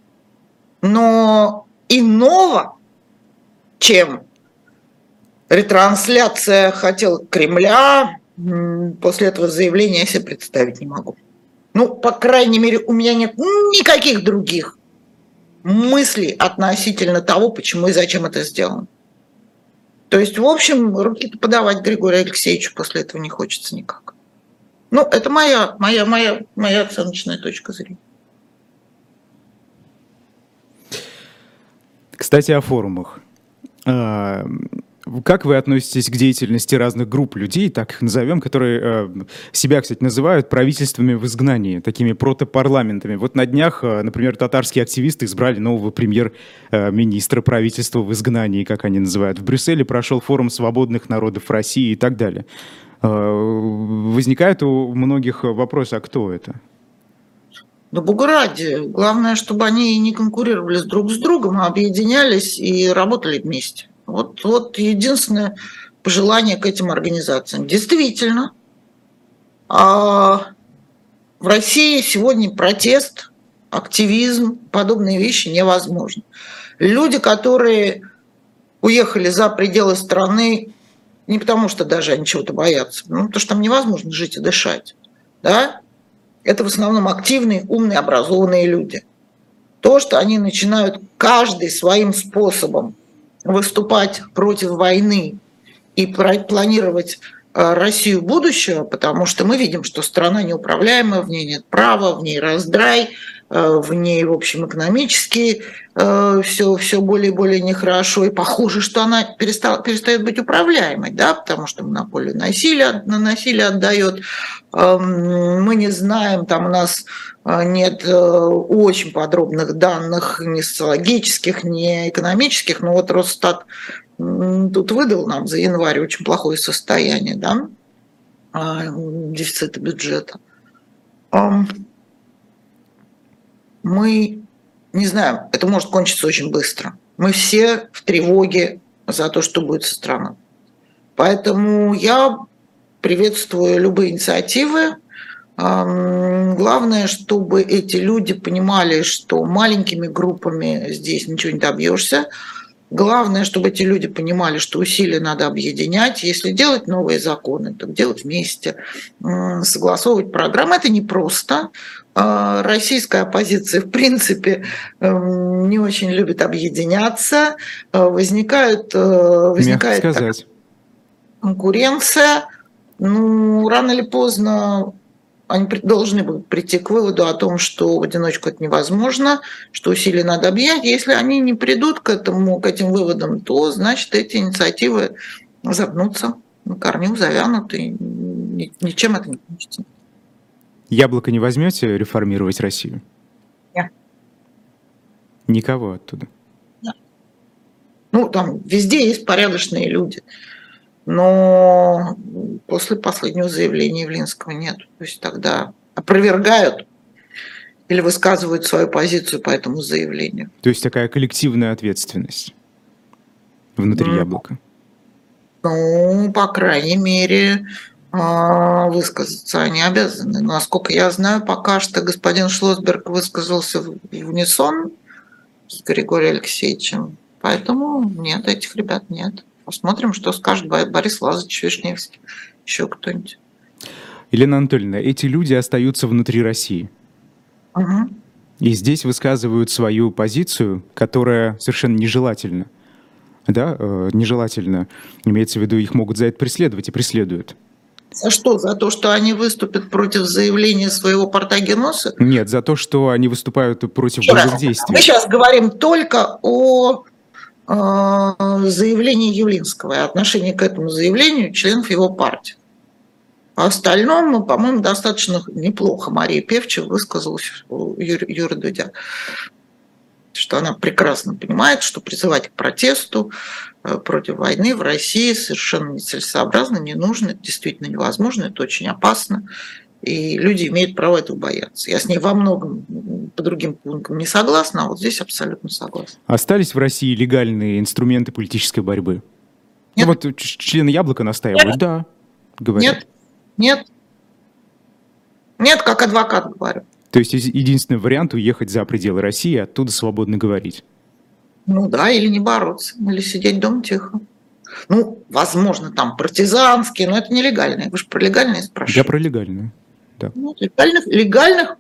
Но иного, чем ретрансляция хотел Кремля, после этого заявления я себе представить не могу. Ну, по крайней мере, у меня нет никаких других мысли относительно того, почему и зачем это сделано. То есть, в общем, руки-то подавать Григорию Алексеевичу после этого не хочется никак. Ну, это моя, моя, моя, моя оценочная точка зрения. Кстати, о форумах. Как вы относитесь к деятельности разных групп людей, так их назовем, которые э, себя, кстати, называют правительствами в изгнании, такими протопарламентами? Вот на днях, э, например, татарские активисты избрали нового премьер-министра правительства в изгнании, как они называют. В Брюсселе прошел форум свободных народов России и так далее. Э, возникает у многих вопрос, а кто это? Да бога ради. Главное, чтобы они не конкурировали друг с другом, а объединялись и работали вместе. Вот, вот единственное пожелание к этим организациям. Действительно, а в России сегодня протест, активизм, подобные вещи невозможны. Люди, которые уехали за пределы страны, не потому что даже они чего-то боятся, ну, потому что там невозможно жить и дышать, да? Это в основном активные, умные, образованные люди. То, что они начинают каждый своим способом выступать против войны и планировать Россию будущего, потому что мы видим, что страна неуправляемая, в ней нет права, в ней раздрай, в ней, в общем, экономически все, все более и более нехорошо, и похоже, что она перестала, перестает быть управляемой, да, потому что монополию насилия, на насилие отдает. Мы не знаем, там у нас нет очень подробных данных ни социологических, ни экономических, но вот Росстат тут выдал нам за январь очень плохое состояние, да, дефицита бюджета. Мы не знаем, это может кончиться очень быстро. Мы все в тревоге за то, что будет со страной. Поэтому я приветствую любые инициативы. Главное, чтобы эти люди понимали, что маленькими группами здесь ничего не добьешься. Главное, чтобы эти люди понимали, что усилия надо объединять. Если делать новые законы, то делать вместе, согласовывать программы. Это непросто. Российская оппозиция, в принципе, не очень любит объединяться. Возникает, возникает конкуренция. Ну, рано или поздно они должны будут прийти к выводу о том, что в одиночку это невозможно, что усилия надо объединять. Если они не придут к этому, к этим выводам, то, значит, эти инициативы загнутся на корню, завянут, и ничем это не кончится. Яблоко не возьмете реформировать Россию? Нет. Никого оттуда? Нет. Ну, там везде есть порядочные люди. Но после последнего заявления Явлинского нет. То есть тогда опровергают или высказывают свою позицию по этому заявлению. То есть такая коллективная ответственность внутри mm. яблока? Ну, по крайней мере, высказаться они обязаны. Но, насколько я знаю, пока что господин Шлосберг высказался в унисон с Григорием Алексеевичем. Поэтому нет, этих ребят нет. Посмотрим, что скажет Борис Лазаревич Вишневский, еще кто-нибудь. Елена Анатольевна, эти люди остаются внутри России. Угу. И здесь высказывают свою позицию, которая совершенно нежелательна. Да, э, нежелательно. Имеется в виду, их могут за это преследовать и преследуют. За что? За то, что они выступят против заявления своего партагеноса? Нет, за то, что они выступают против Еще боевых раз. действий. Мы сейчас говорим только о заявление Явлинского и отношение к этому заявлению членов его партии. А остальном, ну, по-моему, достаточно неплохо Мария Певчева высказалась у Юрия, Юрия Дудя, что она прекрасно понимает, что призывать к протесту против войны в России совершенно нецелесообразно, не нужно, это действительно невозможно, это очень опасно. И люди имеют право этого бояться. Я с ней во многом по другим пунктам не согласна, а вот здесь абсолютно согласна. Остались в России легальные инструменты политической борьбы? Нет. Ну, вот члены Яблока настаивают, Нет. да, говорят. Нет, нет. Нет, как адвокат говорю. То есть единственный вариант — уехать за пределы России и оттуда свободно говорить? Ну да, или не бороться, или сидеть дома тихо. Ну, возможно, там партизанские, но это нелегальные. Вы же про легальные спрашиваете? Я про легальные. Да. Ну, легальных, легальных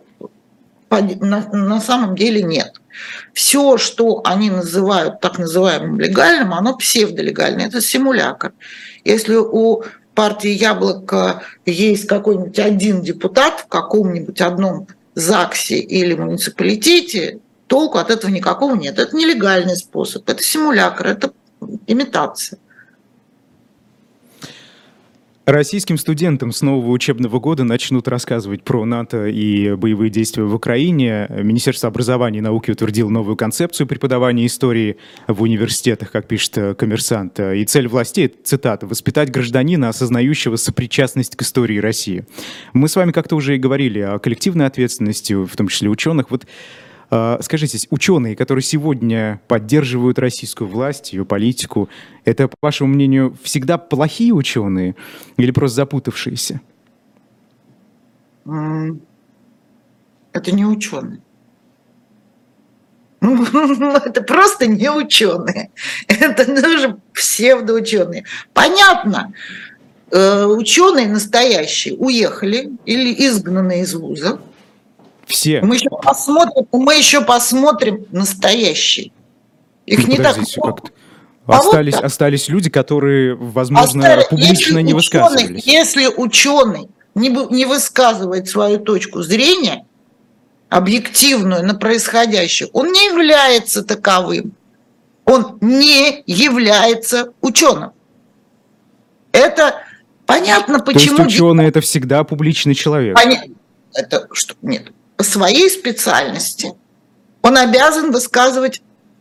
на, на самом деле нет. Все, что они называют так называемым легальным, оно псевдолегальное, это симулятор. Если у партии «Яблоко» есть какой-нибудь один депутат в каком-нибудь одном ЗАГСе или муниципалитете, толку от этого никакого нет. Это нелегальный способ, это симулятор, это имитация. Российским студентам с нового учебного года начнут рассказывать про НАТО и боевые действия в Украине. Министерство образования и науки утвердило новую концепцию преподавания истории в университетах, как пишет «Коммерсант». И цель властей, цитата, «воспитать гражданина, осознающего сопричастность к истории России». Мы с вами как-то уже и говорили о коллективной ответственности, в том числе ученых. Вот скажите, ученые, которые сегодня поддерживают российскую власть, ее политику, это, по вашему мнению, всегда плохие ученые или просто запутавшиеся? Это не ученые. Это просто не ученые. Это даже псевдоученые. Понятно, ученые настоящие уехали или изгнаны из вуза. Все. Мы еще посмотрим, мы еще посмотрим настоящие. Их ну, не так много. А остались, вот остались люди, которые, возможно, остались, публично не ученый, высказывались. Если ученый не, не высказывает свою точку зрения, объективную на происходящее, он не является таковым. Он не является ученым. Это понятно, почему... То есть ученый – это всегда публичный человек? Понятно. Это что? Нет. По своей специальности он обязан высказывать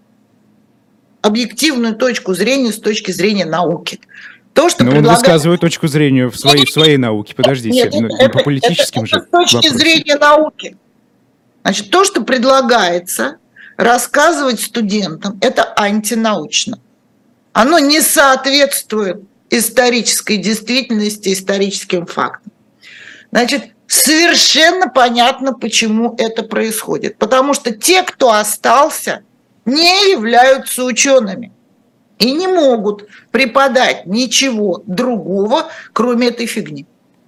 объективную точку зрения с точки зрения науки. То, что Но предлагает... он высказывает точку зрения в своей, в своей науке. Подождите, нет, ну, это, по политическим это, же это с точки вопросам. зрения науки. Значит, то, что предлагается рассказывать студентам, это антинаучно. Оно не соответствует исторической действительности, историческим фактам. Значит, совершенно понятно, почему это происходит. Потому что те, кто остался, не являются учеными и не могут преподать ничего другого, кроме этой фигни.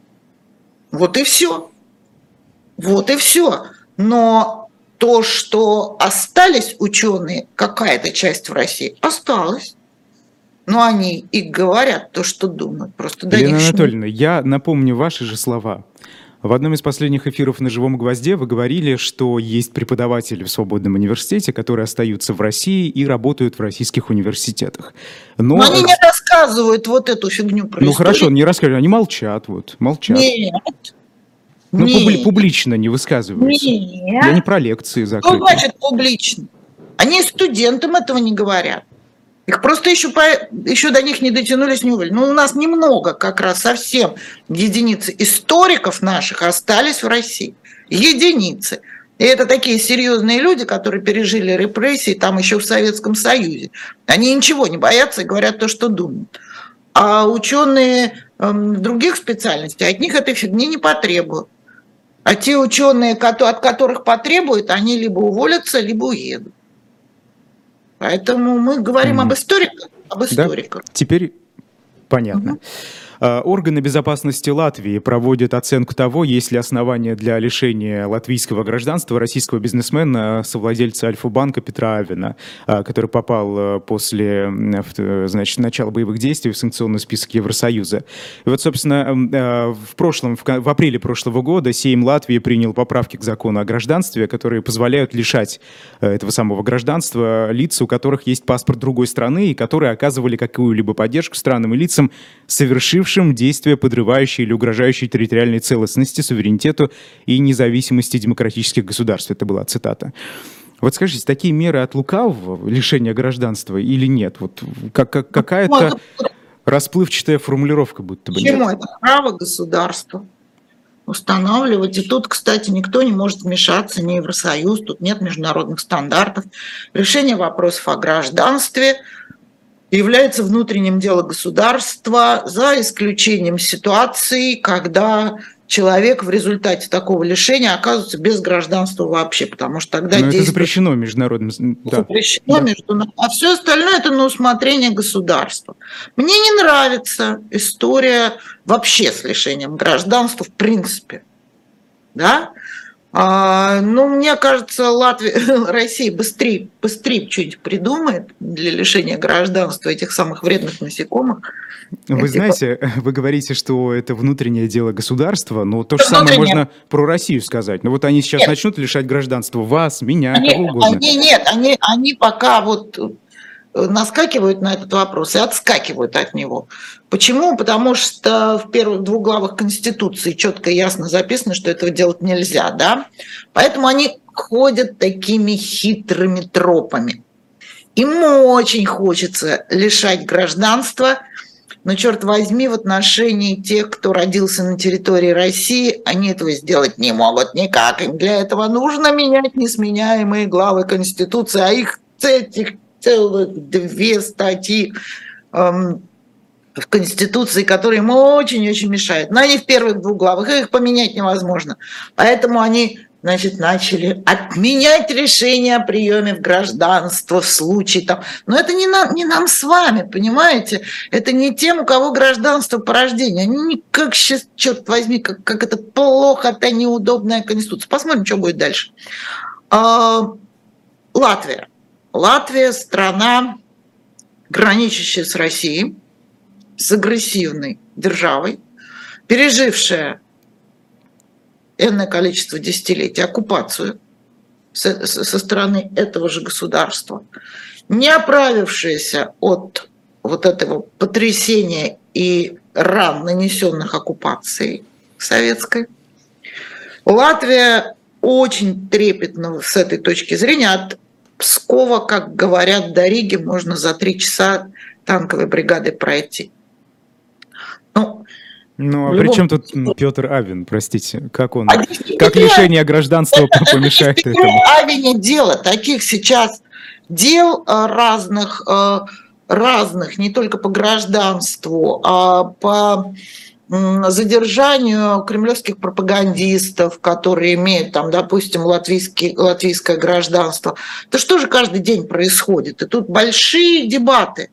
Вот и все. Вот и все. Но то, что остались ученые, какая-то часть в России, осталась. Но они и говорят то, что думают. Просто Елена Анатольевна, я напомню ваши же слова. В одном из последних эфиров «На живом гвозде» вы говорили, что есть преподаватели в свободном университете, которые остаются в России и работают в российских университетах. Но, Но они не рассказывают вот эту фигню про Ну историю. Хорошо, не рассказывают, они молчат, вот, молчат. Нет. Ну, Нет. Публи- публично не высказываются. Нет. Я не про лекции закрытые. Что значит публично? Они студентам этого не говорят. Их просто еще, по, еще до них не дотянулись, не уволили. Но у нас немного, как раз совсем единицы историков наших остались в России. Единицы. И это такие серьезные люди, которые пережили репрессии там еще в Советском Союзе. Они ничего не боятся и говорят то, что думают. А ученые э, других специальностей от них этой фигни не потребуют. А те ученые, от которых потребуют, они либо уволятся, либо уедут. Поэтому мы говорим mm-hmm. об историках, об историках. Да? Теперь понятно. Mm-hmm. Органы безопасности Латвии проводят оценку того, есть ли основания для лишения латвийского гражданства российского бизнесмена, совладельца Альфа-банка Петра Авина, который попал после, значит, начала боевых действий в санкционный список Евросоюза. И вот, собственно, в прошлом, в апреле прошлого года Сейм Латвии принял поправки к закону о гражданстве, которые позволяют лишать этого самого гражданства лиц, у которых есть паспорт другой страны и которые оказывали какую-либо поддержку странам и лицам, совершившим действия, подрывающие или угрожающие территориальной целостности, суверенитету и независимости демократических государств. Это была цитата. Вот скажите, такие меры от лукавого, лишения гражданства или нет? Вот как, как, какая-то расплывчатая формулировка будто бы. Почему? Это право государства устанавливать. И тут, кстати, никто не может вмешаться, ни Евросоюз, тут нет международных стандартов. Решение вопросов о гражданстве является внутренним делом государства, за исключением ситуации, когда человек в результате такого лишения оказывается без гражданства вообще, потому что тогда Но действует... это запрещено международным... Запрещено да. международным. А все остальное это на усмотрение государства. Мне не нравится история вообще с лишением гражданства в принципе. Да? А, ну, мне кажется, Латвия, Россия быстрее, быстрее что-нибудь придумает для лишения гражданства этих самых вредных насекомых. Вы знаете, вы говорите, что это внутреннее дело государства, но то же самое можно про Россию сказать. Но вот они сейчас начнут лишать гражданства вас, меня, они, кого угодно. Они, нет, они, они пока вот наскакивают на этот вопрос и отскакивают от него. Почему? Потому что в первых двух главах Конституции четко и ясно записано, что этого делать нельзя, да? Поэтому они ходят такими хитрыми тропами. Им очень хочется лишать гражданства, но, черт возьми, в отношении тех, кто родился на территории России, они этого сделать не могут никак. Им для этого нужно менять несменяемые главы Конституции, а их этих целых две статьи эм, в Конституции, которые ему очень-очень мешают. Но они в первых двух главах, их поменять невозможно. Поэтому они, значит, начали отменять решение о приеме в гражданство в случае там. Но это не нам, не нам с вами, понимаете? Это не тем, у кого гражданство по рождению. Они никак сейчас, черт возьми, как, как это плохо, это неудобная Конституция. Посмотрим, что будет дальше. А, Латвия. Латвия – страна, граничащая с Россией, с агрессивной державой, пережившая энное количество десятилетий оккупацию со, со стороны этого же государства, не оправившаяся от вот этого потрясения и ран, нанесенных оккупацией советской. Латвия очень трепетна с этой точки зрения. От Пскова, как говорят, до Риги можно за три часа танковой бригады пройти. Ну, ну а любом... при чем тут Петр Авен, простите? Как он, а как лишение гражданства помешает этому? В Авене дело, таких сейчас дел разных, разных, не только по гражданству, а по задержанию кремлевских пропагандистов, которые имеют, там, допустим, латвийский, латвийское гражданство. Это что же каждый день происходит? И тут большие дебаты.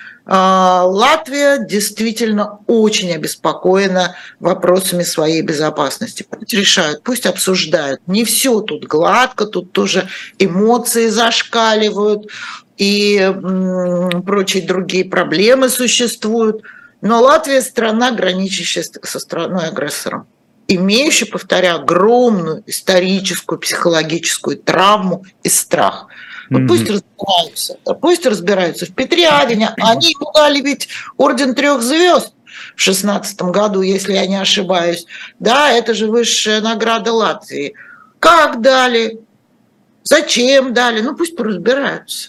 Латвия действительно очень обеспокоена вопросами своей безопасности. Пусть решают, пусть обсуждают. Не все тут гладко, тут тоже эмоции зашкаливают и м, прочие другие проблемы существуют. Но Латвия – страна, граничащая со страной-агрессором, имеющая, повторяю, огромную историческую, психологическую травму и страх. Вот mm-hmm. пусть разбираются, пусть разбираются. В Петре Авене они ему дали ведь орден трех звезд в шестнадцатом году, если я не ошибаюсь. Да, это же высшая награда Латвии. Как дали? Зачем дали? Ну пусть поразбираются.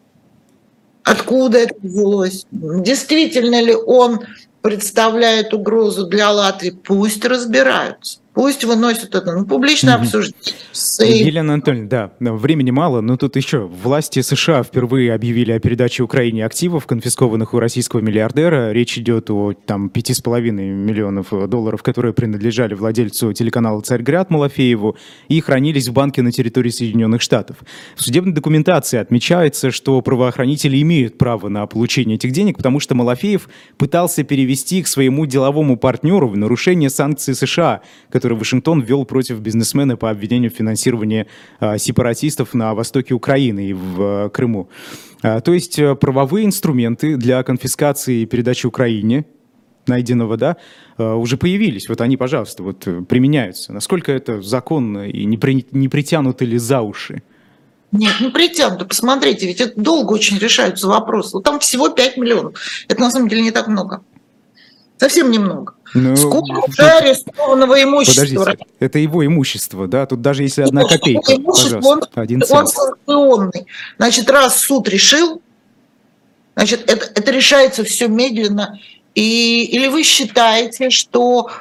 Откуда это взялось? Действительно ли он представляет угрозу для Латвии? Пусть разбираются. Пусть выносят это на публичное mm-hmm. обсуждение. Елена Анатольевна, да, времени мало, но тут еще власти США впервые объявили о передаче Украине активов, конфискованных у российского миллиардера. Речь идет о там пяти с половиной миллионов долларов, которые принадлежали владельцу телеканала «Царьград» Малафееву и хранились в банке на территории Соединенных Штатов. В судебной документации отмечается, что правоохранители имеют право на получение этих денег, потому что Малафеев пытался перевести их своему деловому партнеру в нарушение санкций США, который Вашингтон ввел против бизнесмена по обвинению в финансировании а, сепаратистов на востоке Украины и в а, Крыму. А, то есть а, правовые инструменты для конфискации и передачи Украине найденного, да, а, уже появились. Вот они, пожалуйста, вот применяются. Насколько это законно и не, при, не притянуты ли за уши? Нет, не притянуто. Посмотрите, ведь это долго очень решаются вопросы. Вот там всего пять миллионов. Это на самом деле не так много. Совсем немного. Ну, сколько уже арестованного имущества? Подождите, это его имущество, да? Тут даже если одна Нет, копейка, имущество, пожалуйста, он, один он цент. санкционный. Значит, раз суд решил, значит, это, это решается все медленно. И, или вы считаете, что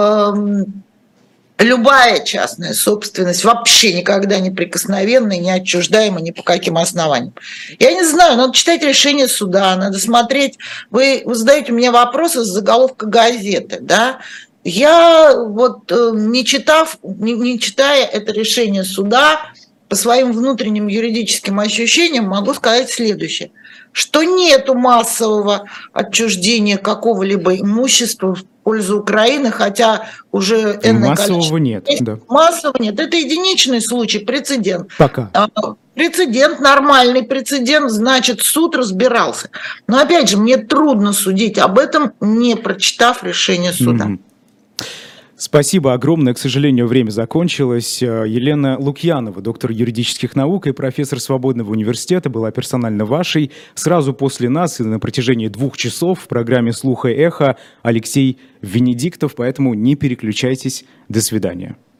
эм, любая частная собственность вообще никогда не прикосновенная, не отчуждаема ни по каким основаниям? Я не знаю, надо читать решение суда, надо смотреть. Вы, вы задаете мне вопросы с заголовка газеты, да? Я вот не читав, не, не читая это решение суда, по своим внутренним юридическим ощущениям могу сказать следующее, что нету массового отчуждения какого-либо имущества в пользу Украины, хотя уже энное массового количество... нет. Да. Массового нет. Это единичный случай, прецедент. Пока. Прецедент, нормальный прецедент, значит, суд разбирался. Но опять же, мне трудно судить об этом, не прочитав решение суда. Mm-hmm. Спасибо огромное. К сожалению, время закончилось. Елена Лукьянова, доктор юридических наук и профессор Свободного университета, была персонально вашей. Сразу после нас и на протяжении двух часов в программе «Слух и эхо» Алексей Венедиктов, поэтому не переключайтесь. До свидания.